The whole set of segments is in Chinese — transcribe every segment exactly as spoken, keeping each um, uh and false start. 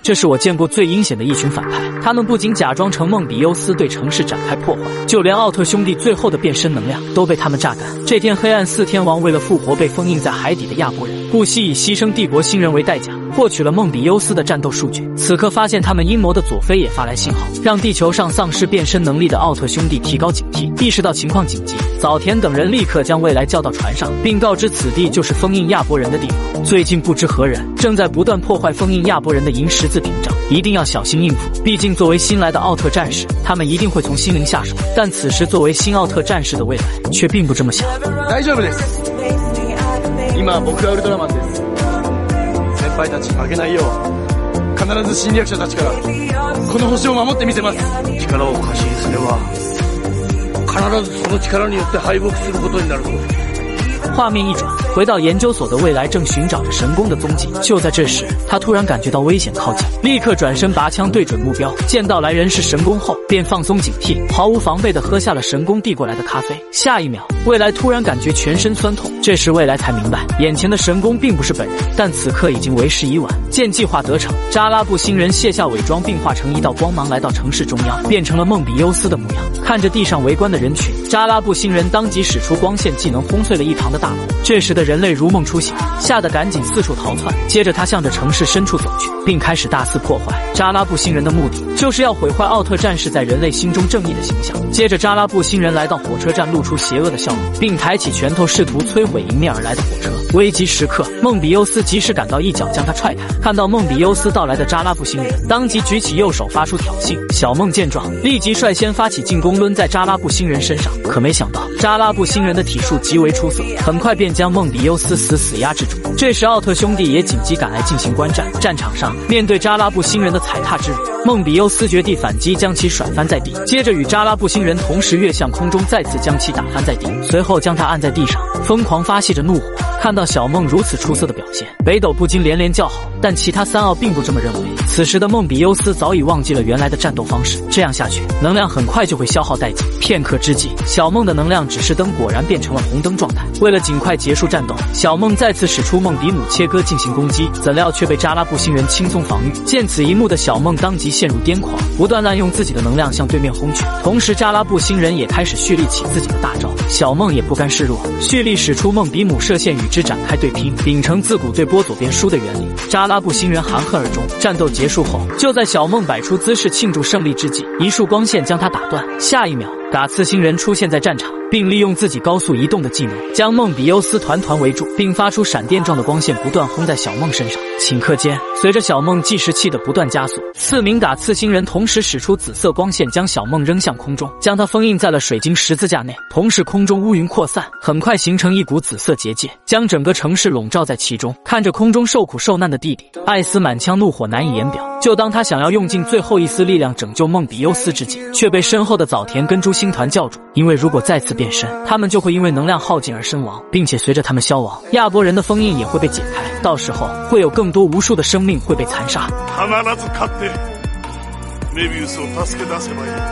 这是我见过最阴险的一群反派。他们不仅假装成梦比优斯对城市展开破坏，就连奥特兄弟最后的变身能量都被他们榨干。这天，黑暗四天王为了复活被封印在海底的亚波人，不惜以牺牲帝国新人为代价，获取了梦比优斯的战斗数据。此刻发现他们阴谋的佐菲也发来信号，让地球上丧失变身能力的奥特兄弟提高警惕。意识到情况紧急，早田等人立刻将未来叫到船上，并告知此地就是封印亚波人的地方。最近不知何人正在不断破坏封印亚波人的银十字屏障，一定要小心应付。毕竟作为新来的奥特战士，他们一定会从心灵下手。但此时作为新奥特战士的未来却并不这么想。 大丈夫です。今僕はウルトラマンです。先輩たち負けないよう、必ず侵略者たちからこの星を守ってみせます。力を過信すれば、必ずその力によって敗北することになる。 画面一转，回到研究所的未来正寻找着神宫的踪迹。就在这时，他突然感觉到危险靠近，立刻转身拔枪对准目标。见到来人是神宫后，便放松警惕，毫无防备地喝下了神宫递过来的咖啡。下一秒，未来突然感觉全身酸痛。这时未来才明白，眼前的神宫并不是本人，但此刻已经为时已晚。见计划得逞，扎拉布星人卸下伪装，并化成一道光芒来到城市中央，变成了梦比优斯的模样。看着地上围观的人群，扎拉布星人当即使出光线技能轰碎了一旁的大楼。这时的人类如梦初醒，吓得赶紧四处逃窜。接着他向着城市深处走去，并开始大肆破坏。扎拉布星人的目的就是要毁坏奥特战士在人类心中正义的形象。接着扎拉布星人来到火车站，露出邪恶的笑容，并抬起拳头试图摧毁迎面而来的火车。危急时刻，梦比优斯及时赶到，一脚将他踹开。看到梦比优斯到来的扎拉布星人当即举起右手发出挑衅。小梦见状，立即率先发起进攻，抡在扎拉布星人身上。可没想到扎拉布星人的体术极为出色，很快便将梦比优斯死死压制住。这时奥特兄弟也紧急赶来进行观战。战场上面对扎拉布星人的踩踏之辱，梦比优斯绝地反击，将其甩翻在地，接着与扎拉布星人同时跃向空中，再次将其打翻在地，随后将他按在地上，疯狂发泄着怒火。看到小梦如此出色的表现，北斗不禁连连叫好，但其他三奥并不这么认为。此时的梦比优斯早已忘记了原来的战斗方式，这样下去能量很快就会消耗殆尽。片刻之际，小梦的能量指示灯果然变成了红灯状态。为了尽快结束战斗，小梦再次使出梦比姆切割进行攻击，怎料却被扎拉布星人轻松防御。见此一幕的小梦当即陷入癫狂，不断滥用自己的能量向对面轰去。同时扎拉布星人也开始蓄力起自己的大招，小梦也不甘示弱，蓄力使出梦比姆射线与之展开对拼，秉承自古对波左边输的原理。扎拉布星人含恨而终。战斗结束后，就在小梦摆出姿势庆祝胜利之际，一束光线将他打断。下一秒，嘎刺星人出现在战场，并利用自己高速移动的技能将梦比优斯团团围住，并发出闪电状的光线不断轰在小梦身上。顷刻间，随着小梦计时器的不断加速，四名嘎刺星人同时使出紫色光线，将小梦扔向空中，将它封印在了水晶十字架内。同时空中乌云扩散，很快形成一股紫色结界，将整个城市笼罩在其中。看着空中受苦受难的弟弟，艾斯满腔怒火难以言表。就当他想要用尽最后一丝力量拯救梦比优斯之际，却被身后的早田跟猪星团叫住，因为如果再次变身，他们就会因为能量耗尽而身亡，并且随着他们消亡，亚波人的封印也会被解开，到时候会有更多无数的生命会被残杀。 必ず勝ってメビウスを助け出せばいい。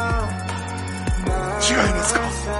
違いますか？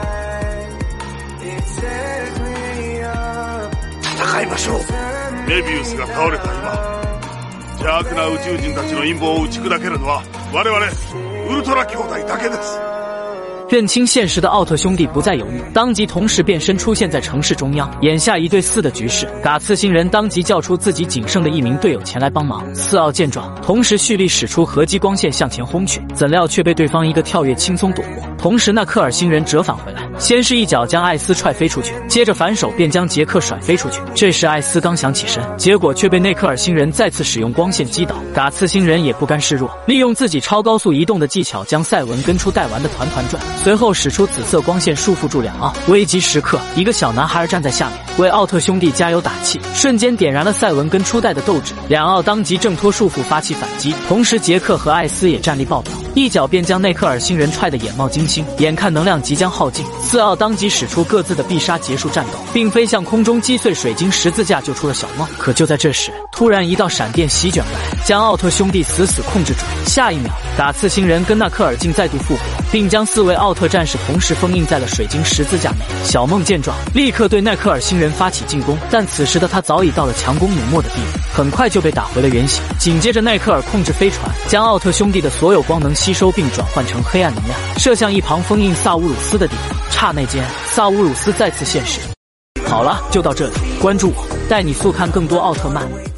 戦いましょう。メビウスが倒れた今、邪悪な宇宙人たちの陰謀を打ち砕けるのは我々ウルトラ兄弟だけです。 认清现实的奥特兄弟不再犹豫，当即同时变身出现在城市中央。眼下一对四的局势，嘎刺星人当即叫出自己仅剩的一名队友前来帮忙。四奥见状，同时蓄力使出合击光线向前轰去，怎料却被对方一个跳跃轻松躲过。同时那克尔星人折返回来，先是一脚将艾斯踹飞出去，接着反手便将杰克甩飞出去。这时艾斯刚想起身，结果却被内克尔星人再次使用光线击倒。嘎刺星人也不甘示弱，利用自己超高速移动的技巧将赛文跟出带玩的团团转，随后使出紫色光线束缚住两奥。危急时刻，一个小男孩站在下面为奥特兄弟加油打气，瞬间点燃了赛文跟初代的斗志。两奥当即挣脱束缚发起反击，同时杰克和艾斯也战力爆表，一脚便将内克尔星人踹得眼冒金星。眼看能量即将耗尽， 四奥当即使出各自的必杀结束战斗，并飞向空中击碎水晶十字架，救出了小梦。可就在这时，突然一道闪电席卷来，将奥特兄弟死死控制住。下一秒，打刺星人跟纳克尔镜再度复活，并将四位奥特战士同时封印在了水晶十字架内。小梦见状，立刻对奈克尔星人发起进攻，但此时的他早已到了强攻努没的地步，很快就被打回了原形。紧接着，奈克尔控制飞船，将奥特兄弟的所有光能吸收并转换成黑暗能量，射向一旁封印萨乌鲁斯的地方。刹那间，萨乌鲁斯再次现世。好了，就到这里，关注我，带你速看更多奥特曼。